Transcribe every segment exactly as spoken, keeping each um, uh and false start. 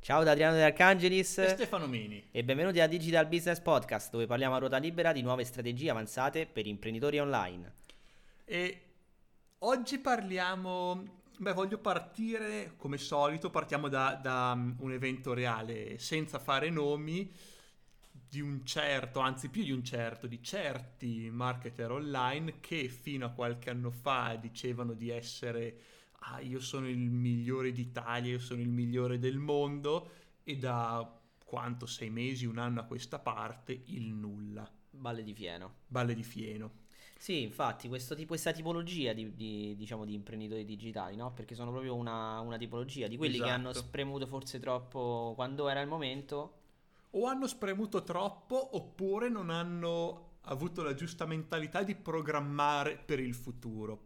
Ciao da Adriano De Arcangelis E Stefano Mini. e benvenuti a Digital Business Podcast, dove parliamo a ruota libera di nuove strategie avanzate per imprenditori online. E oggi parliamo, beh, voglio partire come solito, partiamo da, da um, un evento reale, senza fare nomi, di un certo, anzi più di un certo, di certi marketer online che fino a qualche anno fa dicevano di essere, ah, io sono il migliore d'Italia, io sono il migliore del mondo, e da quanto, sei mesi, un anno a questa parte, il nulla. Balle di fieno. Balle di fieno. Sì, infatti, questo tipo, questa tipologia di, di, diciamo, di imprenditori digitali, no? Perché sono proprio una, una tipologia di quelli che hanno Esatto. spremuto forse troppo quando era il momento. O hanno spremuto troppo oppure non hanno avuto la giusta mentalità di programmare per il futuro.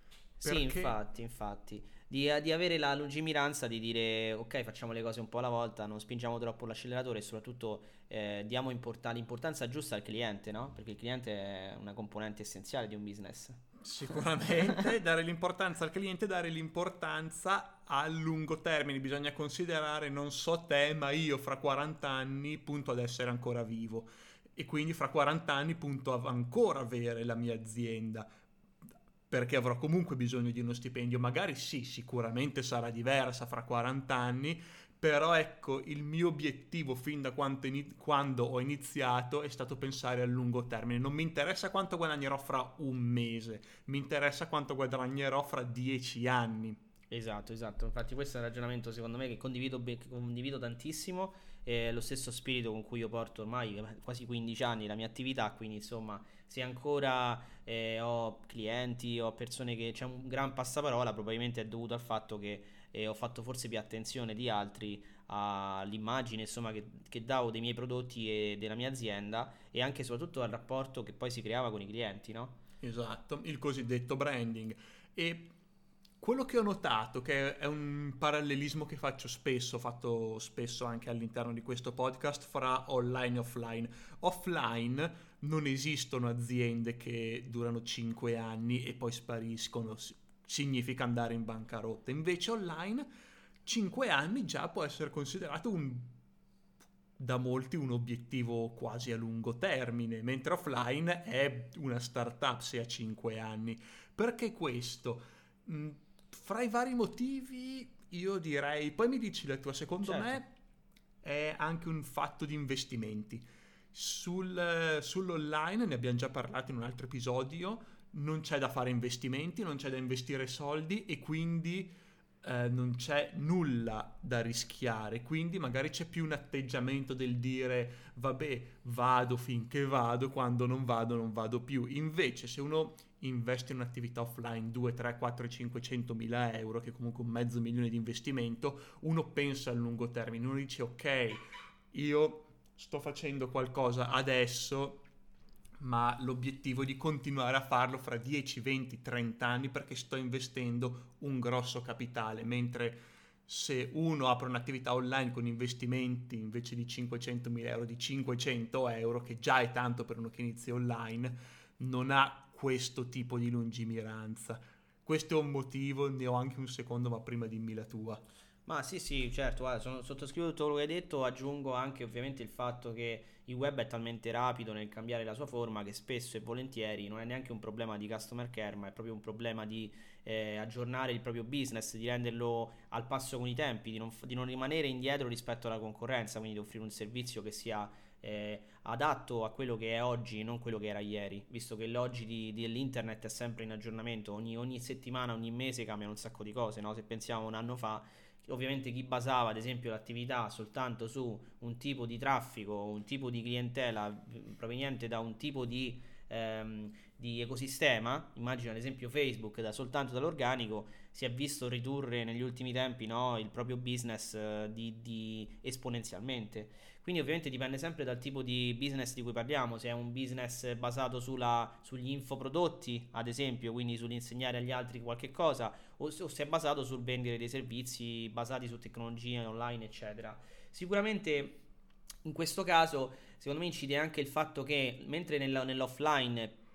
Sì, Perché infatti, infatti, di, di avere la lungimiranza di dire ok, facciamo le cose un po' alla volta, non spingiamo troppo l'acceleratore e soprattutto eh, diamo importa- l'importanza giusta al cliente, no? Perché il cliente è una componente essenziale di un business. sicuramente dare l'importanza al cliente, dare l'importanza a lungo termine. Bisogna considerare, non so te, ma io fra quaranta anni punto ad essere ancora vivo. E quindi fra quaranta anni punto a ancora avere la mia azienda, perché avrò comunque bisogno di uno stipendio. Magari sì, sicuramente sarà diversa fra quaranta anni, però ecco, il mio obiettivo fin da quanto ini- quando ho iniziato è stato pensare a lungo termine. Non mi interessa quanto guadagnerò fra un mese, mi interessa quanto guadagnerò fra dieci anni. Esatto, esatto. Infatti questo è un ragionamento secondo me che condivido, be- che condivido tantissimo. È lo stesso spirito con cui io porto ormai eh, quasi quindici anni la mia attività, quindi insomma se ancora eh, ho clienti, ho persone che c'è un gran passaparola, probabilmente è dovuto al fatto che eh, ho fatto forse più attenzione di altri all'immagine insomma che, che davo dei miei prodotti e della mia azienda e anche e soprattutto al rapporto che poi si creava con i clienti, no? Esatto, il cosiddetto branding. E quello che ho notato, che è un parallelismo che faccio spesso, ho fatto spesso anche all'interno di questo podcast, fra online e offline. Offline non esistono aziende che durano cinque anni e poi spariscono, si- significa andare in bancarotta. Invece online cinque anni già può essere considerato un, da molti un obiettivo quasi a lungo termine, mentre offline è una startup se ha cinque anni. Perché questo? Mh, Fra i vari motivi io direi, poi mi dici la tua, secondo Certo. me è anche un fatto di investimenti. Sul, sull'online ne abbiamo già parlato in un altro episodio, non c'è da fare investimenti, non c'è da investire soldi e quindi eh, non c'è nulla da rischiare, quindi magari c'è più un atteggiamento del dire vabbè, vado finché vado, quando non vado non vado più. Invece se uno investe in un'attività offline due, tre, quattro, cinquecento mila euro, che è comunque un mezzo milione di investimento, uno pensa a lungo termine, uno dice ok, io sto facendo qualcosa adesso, ma l'obiettivo è di continuare a farlo fra dieci, venti, trenta anni perché sto investendo un grosso capitale, mentre se uno apre un'attività online con investimenti invece di cinquecentomila euro, di cinquecento euro, che già è tanto per uno che inizia online, non ha questo tipo di lungimiranza. Questo è un motivo, ne ho anche un secondo, ma prima dimmi la tua. Ma sì, sì, certo, guarda, sono- sottoscrivo tutto quello che hai detto, aggiungo anche ovviamente il fatto che il web è talmente rapido nel cambiare la sua forma che spesso e volentieri non è neanche un problema di customer care, ma è proprio un problema di eh, aggiornare il proprio business, di renderlo al passo con i tempi, di non, f- di non rimanere indietro rispetto alla concorrenza, quindi di offrire un servizio che sia eh, adatto a quello che è oggi, non quello che era ieri, visto che l'oggi di, di- dell'internet è sempre in aggiornamento, ogni, ogni settimana, ogni mese cambiano un sacco di cose, no? Se pensiamo a un anno fa ovviamente chi basava ad esempio l'attività soltanto su un tipo di traffico, un tipo di clientela proveniente da un tipo di, ehm, di ecosistema, immagino ad esempio Facebook da soltanto dall'organico, si è visto ridurre negli ultimi tempi, no, il proprio business eh, di, di esponenzialmente. Quindi ovviamente dipende sempre dal tipo di business di cui parliamo, se è un business basato sulla, sugli infoprodotti, ad esempio, quindi sull'insegnare agli altri qualche cosa, o se, o se è basato sul vendere dei servizi basati su tecnologie online, eccetera. Sicuramente in questo caso, secondo me incide anche il fatto che mentre nella- nell'offline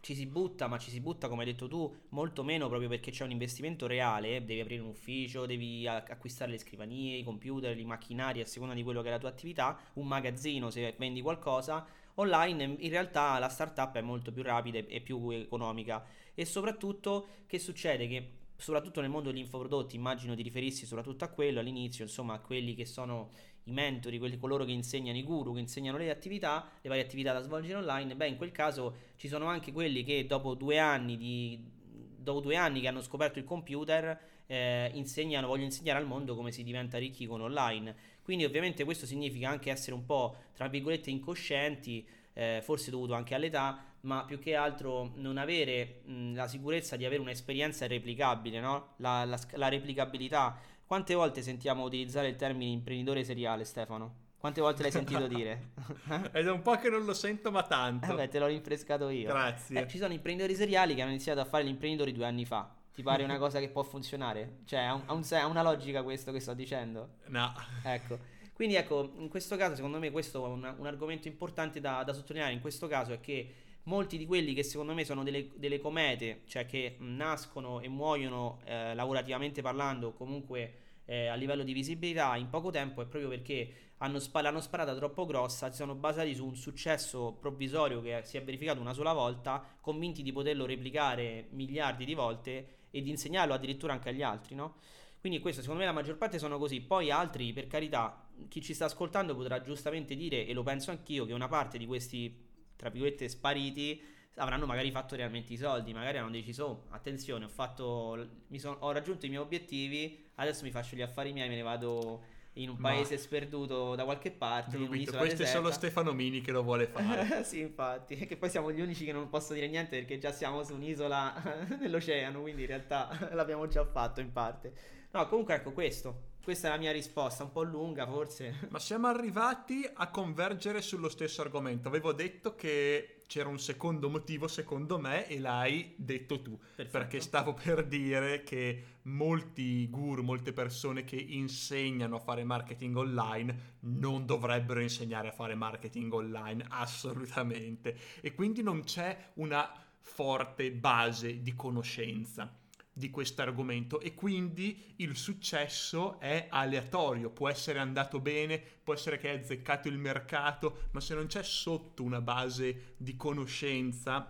ci si butta, ma ci si butta, come hai detto tu, molto meno proprio perché c'è un investimento reale, devi aprire un ufficio, devi a- acquistare le scrivanie, i computer, i macchinari a seconda di quello che è la tua attività, un magazzino se vendi qualcosa. Online in realtà la startup è molto più rapida e e più economica e soprattutto che succede? Che soprattutto nel mondo degli infoprodotti, immagino di riferirsi soprattutto a quello all'inizio, insomma a quelli che sono i mentori, quelli, coloro che insegnano, i guru, che insegnano le attività, le varie attività da svolgere online, beh in quel caso ci sono anche quelli che dopo due anni di, dopo due anni che hanno scoperto il computer, eh, insegnano, vogliono insegnare al mondo come si diventa ricchi con online. Quindi ovviamente questo significa anche essere un po', tra virgolette, incoscienti, eh, forse dovuto anche all'età, ma più che altro non avere mh, la sicurezza di avere un'esperienza replicabile, no? La, la sc- la replicabilità. Quante volte sentiamo utilizzare il termine imprenditore seriale, Stefano? Quante volte l'hai sentito dire? È da un po' che non lo sento, ma Eh beh, tanto. te l'ho rinfrescato io. Eh, Grazie. ci sono imprenditori seriali che hanno iniziato a fare gli imprenditori due anni fa. Ti pare una cosa che può funzionare? Cioè, ha, un- ha un se- ha una logica questo che sto dicendo? No. Ecco, quindi ecco, in questo caso secondo me questo è un, un argomento importante da, da sottolineare in questo caso è che molti di quelli che secondo me sono delle, delle comete, cioè che mh, nascono e muoiono eh, lavorativamente parlando, o comunque eh, a livello di visibilità in poco tempo, è proprio perché hanno spa- l'hanno sparata troppo grossa, si sono basati su un successo provvisorio che si è verificato una sola volta, convinti di poterlo replicare miliardi di volte e di insegnarlo addirittura anche agli altri, no? Quindi questo secondo me la maggior parte sono così, poi altri per carità, chi ci sta ascoltando potrà giustamente dire, e lo penso anch'io, che una parte di questi, tra virgolette, spariti avranno magari fatto realmente i soldi, magari hanno deciso, oh, attenzione, ho fatto, mi son- ho raggiunto i miei obiettivi, adesso mi faccio gli affari miei, me ne vado in un Ma paese sperduto da qualche parte, in dubito, un'isola questo è solo deserta. Stefano Mini che lo vuole fare. Sì, infatti, che poi siamo gli unici che non posso dire niente perché già siamo su un'isola nell'oceano, quindi in realtà l'abbiamo già fatto in parte. No, comunque ecco questo. Questa è la mia risposta, un po' lunga forse. Ma siamo arrivati a convergere sullo stesso argomento. Avevo detto che c'era un secondo motivo, secondo me, e l'hai detto tu. Perché Perfetto. stavo per dire che molti guru, molte persone che insegnano a fare marketing online non dovrebbero insegnare a fare marketing online, assolutamente. E quindi non c'è una forte base di conoscenza di questo argomento e quindi il successo è aleatorio, può essere andato bene, può essere che hai azzeccato il mercato, ma se non c'è sotto una base di conoscenza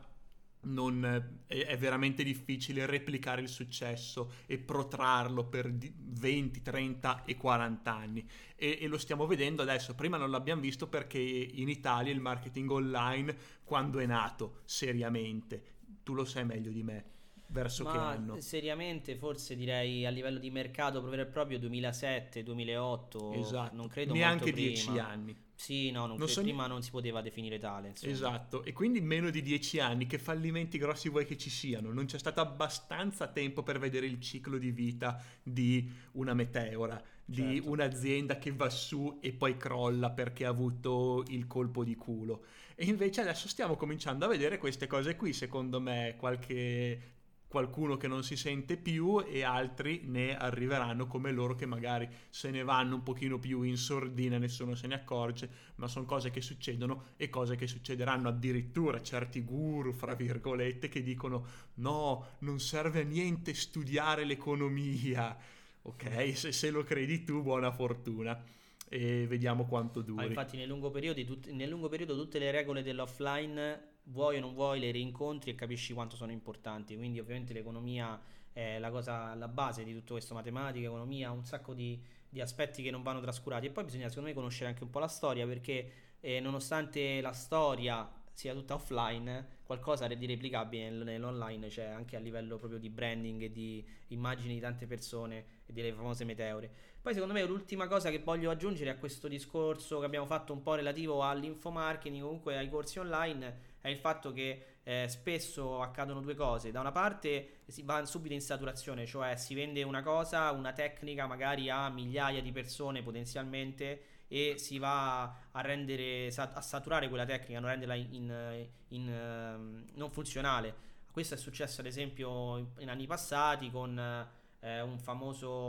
non, è, è veramente difficile replicare il successo e protrarlo per di- venti, trenta e quaranta anni e, e lo stiamo vedendo adesso. Prima non l'abbiamo visto perché in Italia il marketing online quando è nato seriamente, tu lo sai meglio di me, verso che Ma anno? seriamente forse direi a livello di mercato proprio vero e proprio duemilasette, duemilaotto, non Esatto, credo molto neanche dieci prima. anni. Sì, no, non Non cre- so ne- prima non si poteva definire tale, insomma. Esatto, e quindi meno di dieci anni, che fallimenti grossi vuoi che ci siano? Non c'è stato abbastanza tempo per vedere il ciclo di vita di una meteora, di Certo. un'azienda che va su e poi crolla perché ha avuto il colpo di culo. E invece adesso stiamo cominciando a vedere queste cose qui, secondo me, qualche qualcuno che non si sente più e altri ne arriveranno come loro che magari se ne vanno un pochino più in sordina, nessuno se ne accorge, ma sono cose che succedono e cose che succederanno. Addirittura certi guru, fra virgolette, che dicono no, non serve a niente studiare l'economia. Ok, se, se lo credi tu, buona fortuna. E vediamo quanto Ma duri. infatti nel lungo periodo, tut- nel lungo periodo tutte le regole dell'offline, vuoi o non vuoi, le rincontri e capisci quanto sono importanti. Quindi ovviamente l'economia è la cosa, la base di tutto questo, matematica, economia, un sacco di, di aspetti che non vanno trascurati. E poi bisogna secondo me conoscere anche un po' la storia perché eh, nonostante la storia sia tutta offline, qualcosa di replicabile nel- nell'online c'è anche a livello proprio di branding e di immagini di tante persone e delle famose meteore. Poi secondo me l'ultima cosa che voglio aggiungere a questo discorso che abbiamo fatto un po' relativo all'infomarketing, comunque ai corsi online, è il fatto che eh, spesso accadono due cose. Da una parte si va subito in saturazione, cioè si vende una cosa, una tecnica magari a migliaia di persone potenzialmente e si va a rendere a saturare quella tecnica, non renderla in, in, in, ehm, non funzionale. Questo è successo ad esempio in, in anni passati con eh, un famoso eh,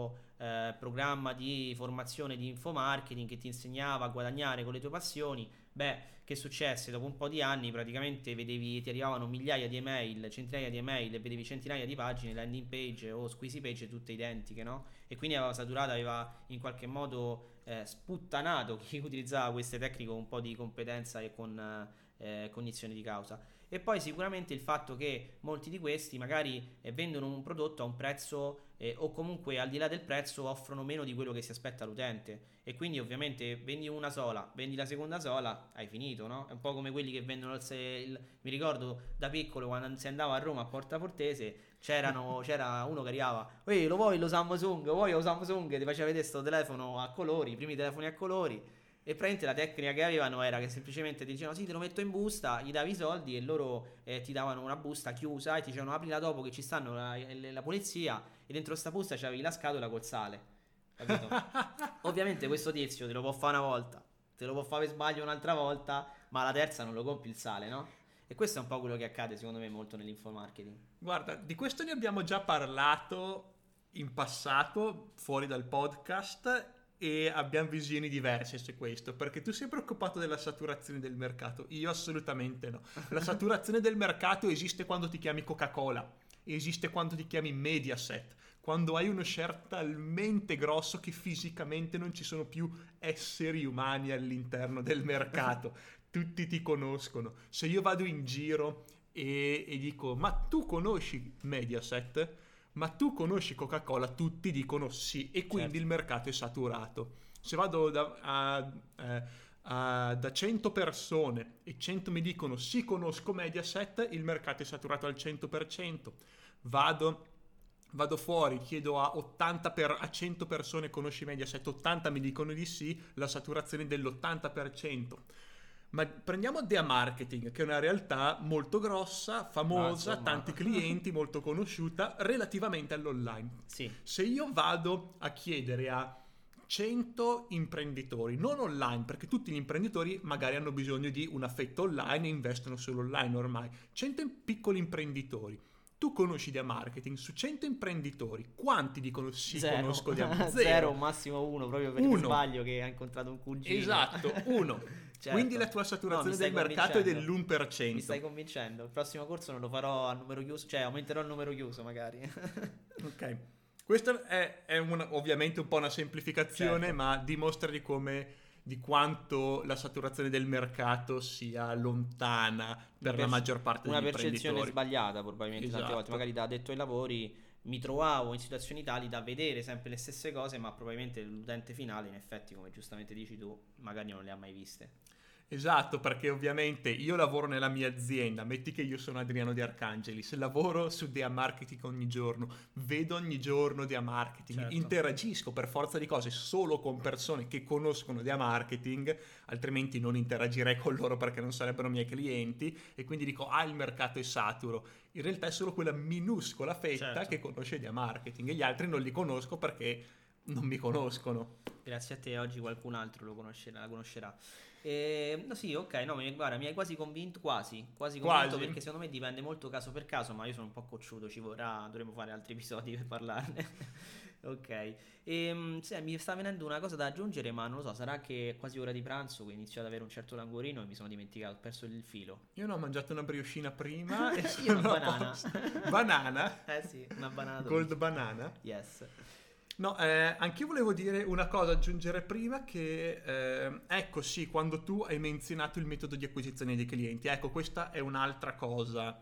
eh, programma di formazione di infomarketing che ti insegnava a guadagnare con le tue passioni. Beh, che successe? Dopo un po' di anni praticamente vedevi, ti arrivavano migliaia di email, centinaia di email e vedevi centinaia di pagine, landing page o squeezy page tutte identiche, no? E quindi aveva saturato, aveva in qualche modo eh, sputtanato chi utilizzava queste tecniche con un po' di competenza e con eh, cognizione di causa. E poi sicuramente il fatto che molti di questi magari eh, vendono un prodotto a un prezzo eh, o comunque al di là del prezzo offrono meno di quello che si aspetta l'utente. E quindi ovviamente vendi una sola, vendi la seconda sola, hai finito, no? È un po' come quelli che vendono il, se- il- mi ricordo da piccolo quando si andava a Roma a Porta Fortese, c'erano, c'era uno che arrivava, ehi, lo vuoi lo Samsung, vuoi lo Samsung, ti faceva vedere sto telefono a colori, i primi telefoni a colori. E praticamente la tecnica che avevano era che semplicemente ti dicevano sì, te lo metto in busta, gli davi i soldi e loro eh, ti davano una busta chiusa e ti dicevano aprila dopo che ci stanno la, la polizia, e dentro sta busta c'avevi la scatola col sale, capito? Ovviamente questo tizio te lo può fare una volta, te lo può fare per sbaglio un'altra volta, ma la terza non lo compri il sale, no? E questo è un po' quello che accade secondo me molto nell'infomarketing. Guarda, di questo ne abbiamo già parlato in passato, fuori dal podcast, e abbiamo visioni diverse su questo, perché tu sei preoccupato della saturazione del mercato, io assolutamente no. La saturazione del mercato esiste quando ti chiami Coca-Cola, esiste quando ti chiami Mediaset, quando hai uno share talmente grosso che fisicamente non ci sono più esseri umani all'interno del mercato, tutti ti conoscono. Se io vado in giro e, e dico ma tu conosci Mediaset? Ma tu conosci Coca-Cola? Tutti dicono sì, e quindi Certo. il mercato è saturato. Se vado da, a, eh, a- da cento persone e cento mi dicono sì, conosco Mediaset, il mercato è saturato al cento per cento. Vado, vado fuori, chiedo a, ottanta per, a cento persone conosci Mediaset, ottanta mi dicono di sì, la saturazione è dell'ottanta per cento. Ma prendiamo Dea Marketing, che è una realtà molto grossa, famosa, Ma, tanti insomma, clienti, molto conosciuta, relativamente all'online. sì, Se io vado a chiedere a cento imprenditori, non online, perché tutti gli imprenditori magari hanno bisogno di un affetto online e investono solo online ormai, cento piccoli imprenditori. Tu conosci Dea Marketing, su cento imprenditori, quanti dicono sì, zero, conosco Dea Marketing? zero, massimo uno, proprio per Uno. sbaglio che ha incontrato un cugino. Esatto, uno. Certo. Quindi la tua No, mi saturazione stai del mercato è convincendo. dell'uno per cento. Mi stai convincendo. Il prossimo corso non lo farò a numero chiuso, cioè aumenterò il numero chiuso magari. Ok. Questa è, è una- ovviamente un po' una semplificazione, Certo. ma dimostra di come, di quanto la saturazione del mercato sia lontana per la perce- maggior parte una degli percezione imprenditori. sbagliata probabilmente tante volte, Esatto. magari da addetto ai lavori mi trovavo in situazioni tali da vedere sempre le stesse cose, ma probabilmente l'utente finale in effetti, come giustamente dici tu, magari non le ha mai viste. Esatto, perché ovviamente io lavoro nella mia azienda, metti che io sono Adriano De Arcangelis, lavoro su Dea Marketing ogni giorno, vedo ogni giorno Dea Marketing, Certo. interagisco per forza di cose solo con persone che conoscono Dea Marketing, altrimenti non interagirei con loro perché non sarebbero miei clienti, e quindi dico ah, il mercato è saturo. In realtà è solo quella minuscola fetta Certo. che conosce Dea Marketing, e gli altri non li conosco perché non mi conoscono. Grazie a te oggi qualcun altro lo conoscerà, la conoscerà. E, no, sì, ok, no, mi, guarda, mi hai quasi convinto, quasi, quasi convinto, Quasi. perché secondo me dipende molto caso per caso, ma io sono un po' cocciuto, ci vorrà, dovremo fare altri episodi per parlarne. Ok, e, sì, mi sta venendo una cosa da aggiungere, ma non lo so, sarà che è quasi ora di pranzo, che inizio ad avere un certo languorino e mi sono dimenticato, ho perso il filo. Io ne ho mangiato una brioscina prima e Io una sono a banana. posto. Banana? Eh sì, una banana Gold dolce. banana? Yes. No, eh, anche io volevo dire una cosa, aggiungere prima che, eh, ecco sì, quando tu hai menzionato il metodo di acquisizione dei clienti, ecco, questa è un'altra cosa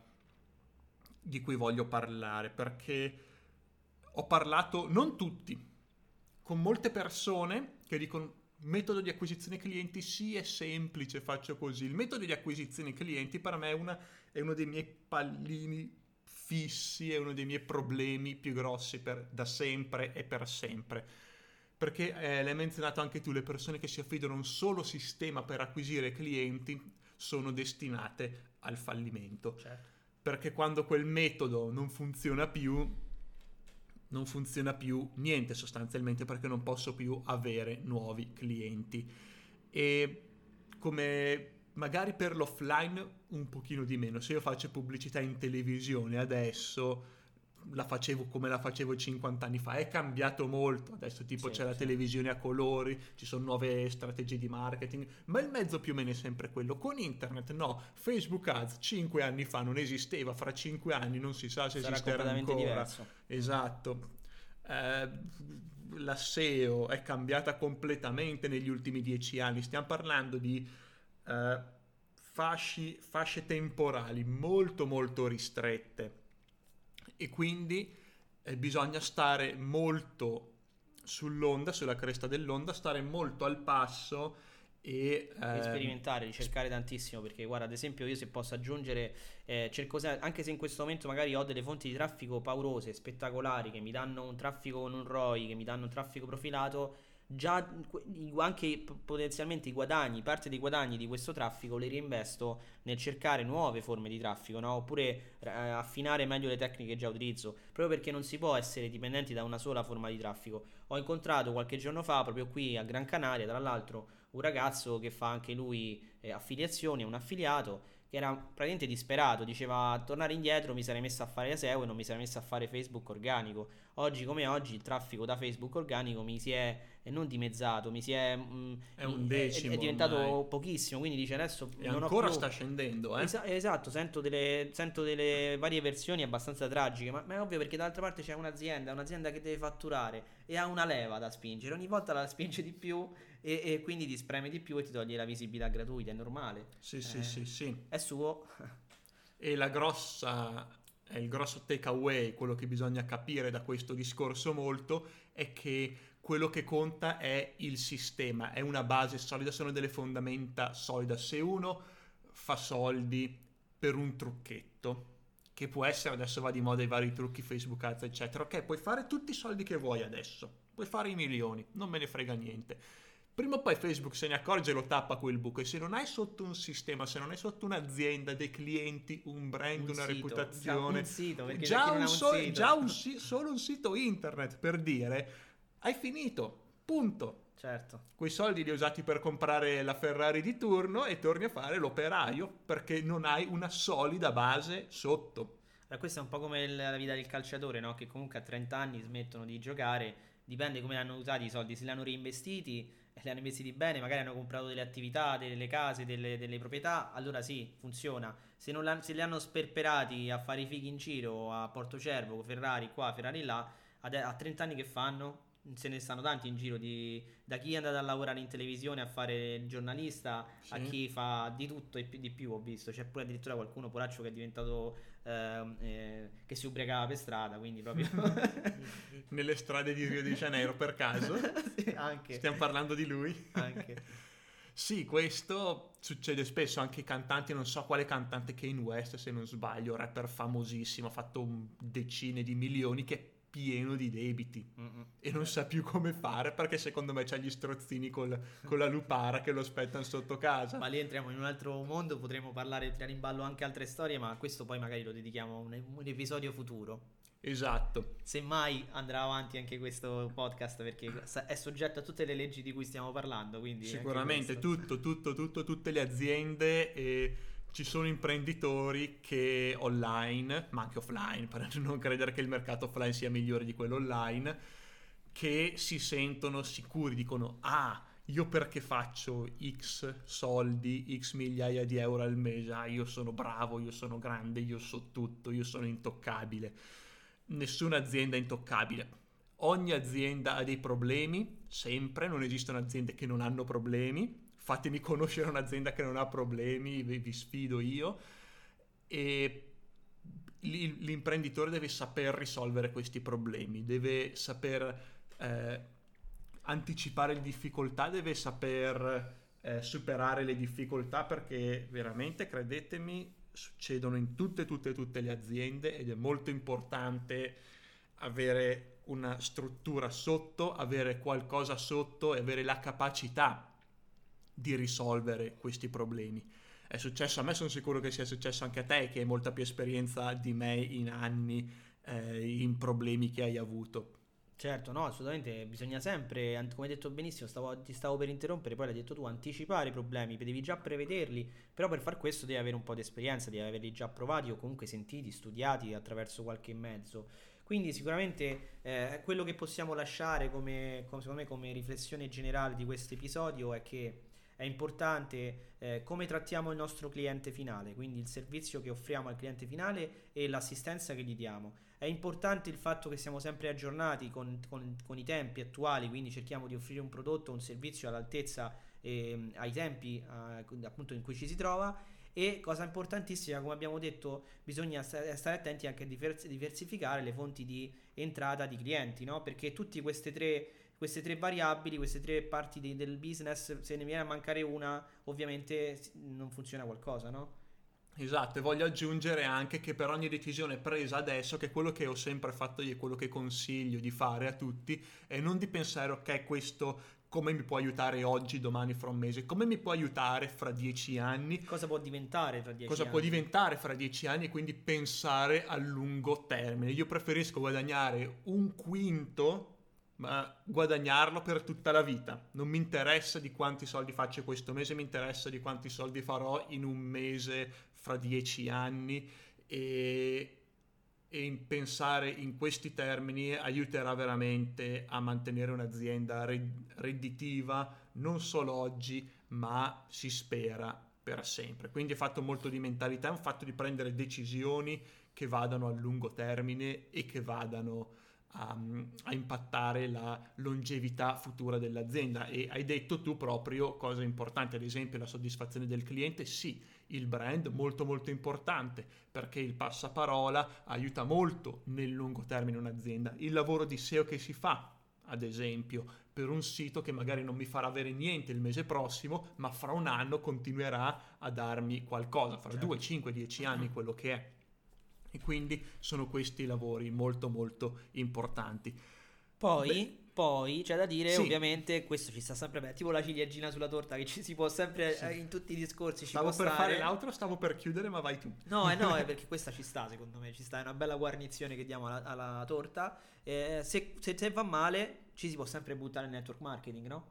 di cui voglio parlare, perché ho parlato, non tutti, con molte persone che dicono metodo di acquisizione clienti sì, è semplice, faccio così. Il metodo di acquisizione clienti per me è, una, è uno dei miei pallini fissi, è uno dei miei problemi più grossi per, da sempre e per sempre, perché eh, l'hai menzionato anche tu, le persone che si affidano a un solo sistema per acquisire clienti sono destinate al fallimento, Certo. perché quando quel metodo non funziona più non funziona più niente sostanzialmente, perché non posso più avere nuovi clienti. E come magari per l'offline un pochino di meno, se io faccio pubblicità in televisione adesso la facevo come la facevo cinquanta anni fa. È cambiato molto adesso, tipo Sì, c'è la sì. televisione a colori, ci sono nuove strategie di marketing, ma il mezzo più o meno è sempre quello. Con internet no, Facebook Ads cinque anni fa non esisteva, fra cinque anni non si sa se Sarà esisterà completamente ancora. diverso. Esatto. Eh, la S E O è cambiata completamente negli ultimi dieci anni, stiamo parlando di eh, fasci- fasce temporali molto molto ristrette, e quindi eh, bisogna stare molto sull'onda, sulla cresta dell'onda, stare molto al passo e Devi ehm, sperimentare, sp- ricercare tantissimo perché guarda, ad esempio io se posso aggiungere, eh, cerco se- anche se in questo momento magari ho delle fonti di traffico paurose, spettacolari, che mi danno un traffico con un R O I, che mi danno un traffico profilato, già que- i- anche p- potenzialmente i guadagni, parte dei guadagni di questo traffico li reinvesto nel cercare nuove forme di traffico, no? Oppure eh, affinare meglio le tecniche che già utilizzo, proprio perché non si può essere dipendenti da una sola forma di traffico. Ho incontrato qualche giorno fa, proprio qui a Gran Canaria, tra l'altro, un ragazzo che fa anche lui eh, affiliazioni, è un affiliato che era praticamente disperato, diceva tornare indietro mi sarei messo a fare S E O e non mi sarei messo a fare Facebook organico. Oggi come oggi il traffico da Facebook organico mi si è eh, non dimezzato, mi si è, mm, è un i- è, è decimo ormai, diventato pochissimo, quindi dice adesso e non ho ancora più. sta scendendo, eh? Esa- esatto, sento delle, sento delle varie versioni abbastanza tragiche, ma, ma è ovvio perché dall'altra parte c'è un'azienda, un'azienda che deve fatturare e ha una leva da spingere, ogni volta la spinge di più e, e quindi ti spreme di più e ti toglie la visibilità gratuita, è normale. Sì, sì, Eh, sì, sì. è suo. E la grossa, è il grosso takeaway, quello che bisogna capire da questo discorso molto, è che quello che conta è il sistema, è una base solida, sono delle fondamenta solide. Se uno fa soldi per un trucchetto, che può essere, adesso va di moda i vari trucchi Facebook Ads eccetera, ok, puoi fare tutti i soldi che vuoi adesso, puoi fare i milioni, non me ne frega niente. Prima o poi Facebook se ne accorge e lo tappa quel buco, e se non hai sotto un sistema, se non hai sotto un'azienda, dei clienti, un brand, Un una sito, già reputazione, un sito, perché c'è già chi non un, ha un so- sito. già un si- solo un sito internet, per dire, hai finito, punto. Certo. Quei soldi li hai usati per comprare la Ferrari di turno e torni a fare l'operaio perché non hai una solida base sotto. Allora, questo è un po' come il- la vita del calciatore, no? Che comunque a trenta anni smettono di giocare, dipende come li hanno usati i soldi, se li hanno reinvestiti, e li hanno investiti bene, magari hanno comprato delle attività, delle case, delle, delle proprietà, allora sì, funziona. Se, non l'han- se li hanno sperperati a fare i fighi in giro a Portocervo, Ferrari qua, Ferrari là, ade- a trenta anni che fanno? Se ne stanno tanti in giro, di- da chi è andato a lavorare in televisione a fare il giornalista a Sì. chi fa di tutto e più- di più, ho visto. C'è pure addirittura qualcuno, poraccio, che è diventato ehm, eh, che si ubriacava per strada, quindi proprio Nelle strade di Rio de Janeiro, per caso. Sì, anche, Stiamo parlando di lui. anche. Sì, questo succede spesso, anche i cantanti, non so quale cantante, Kanye West se non sbaglio, rapper famosissimo, ha fatto un- decine di milioni, che è pieno di debiti Mm-mm. e non sa più come fare perché secondo me c'ha gli strozzini col- con la lupara che lo aspettano sotto casa. Ma lì entriamo in un altro mondo, potremmo parlare, tirare in ballo anche altre storie, ma questo poi magari lo dedichiamo a un, un episodio futuro. Esatto. Semmai andrà avanti anche questo podcast perché sa- è soggetto a tutte le leggi di cui stiamo parlando, quindi anche Sicuramente questo. tutto, tutto, tutto, tutte le aziende, e ci sono imprenditori che online, ma anche offline, per non credere che il mercato offline sia migliore di quello online, che si sentono sicuri, dicono ah, io perché faccio X soldi, X migliaia di euro al mese, ah, io sono bravo, io sono grande, io so tutto, io sono intoccabile. Nessuna azienda è intoccabile. Ogni azienda ha dei problemi, sempre, non esistono aziende che non hanno problemi. Fatemi conoscere un'azienda che non ha problemi, vi, vi sfido io. E l- l'imprenditore deve saper risolvere questi problemi, deve saper eh, anticipare le difficoltà, deve saper eh, superare le difficoltà, perché veramente, credetemi, succedono in tutte, tutte, tutte le aziende, ed è molto importante avere una struttura sotto, avere qualcosa sotto e avere la capacità di risolvere questi problemi. È successo a me, sono sicuro che sia successo anche a te, che hai molta più esperienza di me in anni, eh, in problemi che hai avuto. Certo, no, assolutamente, bisogna sempre, an- come hai detto benissimo, stavo- ti stavo per interrompere, poi l'hai detto tu, anticipare i problemi, devi già prevederli, però per far questo devi avere un po' di esperienza, devi averli già provati o comunque sentiti, studiati attraverso qualche mezzo. Quindi sicuramente eh, quello che possiamo lasciare come, come, secondo me, come riflessione generale di questo episodio è che è importante eh, come trattiamo il nostro cliente finale, quindi il servizio che offriamo al cliente finale e l'assistenza che gli diamo. È importante il fatto che siamo sempre aggiornati con, con- con i tempi attuali, quindi cerchiamo di offrire un prodotto, un servizio all'altezza e ai tempi eh, appunto in cui ci si trova. E cosa importantissima, come abbiamo detto, bisogna sta- stare attenti anche a divers- diversificare le fonti di entrata di clienti, no? Perché tutte queste tre, queste tre variabili, queste tre parti di- del business, se ne viene a mancare una, ovviamente s- non funziona qualcosa, no? Esatto, e voglio aggiungere anche che per ogni decisione presa adesso, che quello che ho sempre fatto io e quello che consiglio di fare a tutti, è non di pensare, ok, questo come mi può aiutare oggi, domani, fra un mese, come mi può aiutare fra dieci anni, Cosa può diventare tra dieci cosa anni? può diventare fra dieci anni, e quindi pensare a lungo termine. Io preferisco guadagnare un quinto, ma guadagnarlo per tutta la vita. Non mi interessa di quanti soldi faccio questo mese, mi interessa di quanti soldi farò in un mese fra dieci anni, e, e in pensare in questi termini aiuterà veramente a mantenere un'azienda red- redditiva non solo oggi, ma si spera per sempre. Quindi è fatto molto di mentalità, è un fatto di prendere decisioni che vadano a lungo termine e che vadano a, a impattare la longevità futura dell'azienda. E hai detto tu proprio cose importanti, ad esempio la soddisfazione del cliente. Sì, il brand molto molto importante, perché il passaparola aiuta molto nel lungo termine un'azienda. Il lavoro di S E O che si fa, ad esempio, per un sito che magari non mi farà avere niente il mese prossimo, ma fra un anno continuerà a darmi qualcosa, fra Certo. due, cinque, dieci anni, quello che è. E quindi sono questi lavori molto molto importanti. Beh, Poi, poi c'è da dire, sì, ovviamente, questo ci sta sempre bene, tipo la ciliegina sulla torta che ci si può sempre, sì. eh, in tutti i discorsi ci può Stavo per fare stare. l'altro, stavo per chiudere, ma vai tu. No, eh no, è perché questa ci sta, secondo me, ci sta, è una bella guarnizione che diamo alla, alla torta. Eh, se, se, se va male, ci si può sempre buttare nel network marketing, no?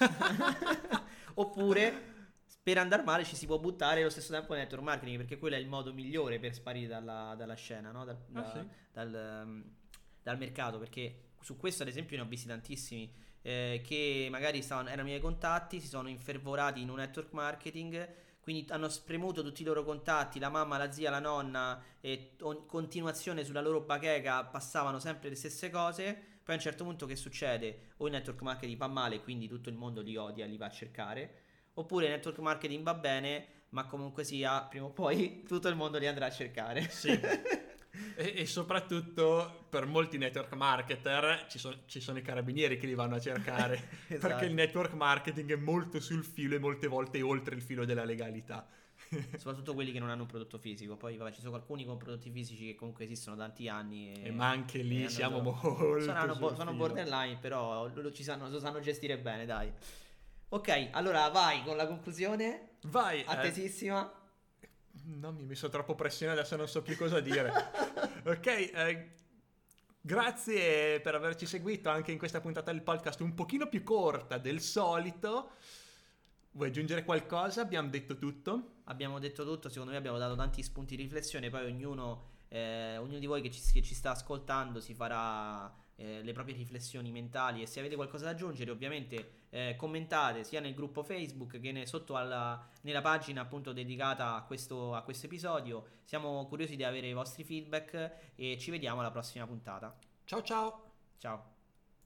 Oppure, per andare male, ci si può buttare allo stesso tempo nel network marketing, perché quello è il modo migliore per sparire dalla, dalla scena, no? Dal, Ah sì? da- dal, um, dal mercato, perché su questo, ad esempio, ne ho visti tantissimi eh, che magari stavano, erano i miei contatti, si sono infervorati in un network marketing, quindi hanno spremuto tutti i loro contatti, la mamma, la zia, la nonna, e in continuazione sulla loro bacheca passavano sempre le stesse cose. Poi a un certo punto che succede? O il network marketing va male, quindi tutto il mondo li odia, li va a cercare, oppure il network marketing va bene, ma comunque sia, prima o poi tutto il mondo li andrà a cercare. Sì. E, e soprattutto per molti network marketer ci, so- ci sono i carabinieri che li vanno a cercare, Esatto. perché il network marketing è molto sul filo e molte volte oltre il filo della legalità. Soprattutto quelli che non hanno un prodotto fisico. Poi vabbè, ci sono alcuni con prodotti fisici che comunque esistono da tanti anni e, E ma anche e lì hanno il siamo loro- molto Saranno bo- sul sono filo. borderline, però loro ci sanno, lo sanno gestire bene, dai. Ok, allora vai con la conclusione. Vai, eh, Attesissima. no, mi hai messo troppo pressione, adesso non so più cosa dire. Ok, eh, grazie per averci seguito anche in questa puntata del podcast un pochino più corta del solito. Vuoi aggiungere qualcosa? Abbiamo detto tutto? Abbiamo detto tutto, secondo me abbiamo dato tanti spunti di riflessione, poi ognuno, eh, ognuno di voi che ci, che ci sta ascoltando si farà eh, le proprie riflessioni mentali, e se avete qualcosa da aggiungere ovviamente eh, commentate sia nel gruppo Facebook che ne- sotto alla, nella pagina appunto dedicata a questo, a questo episodio. Siamo curiosi di avere i vostri feedback e ci vediamo alla prossima puntata. Ciao ciao! Ciao!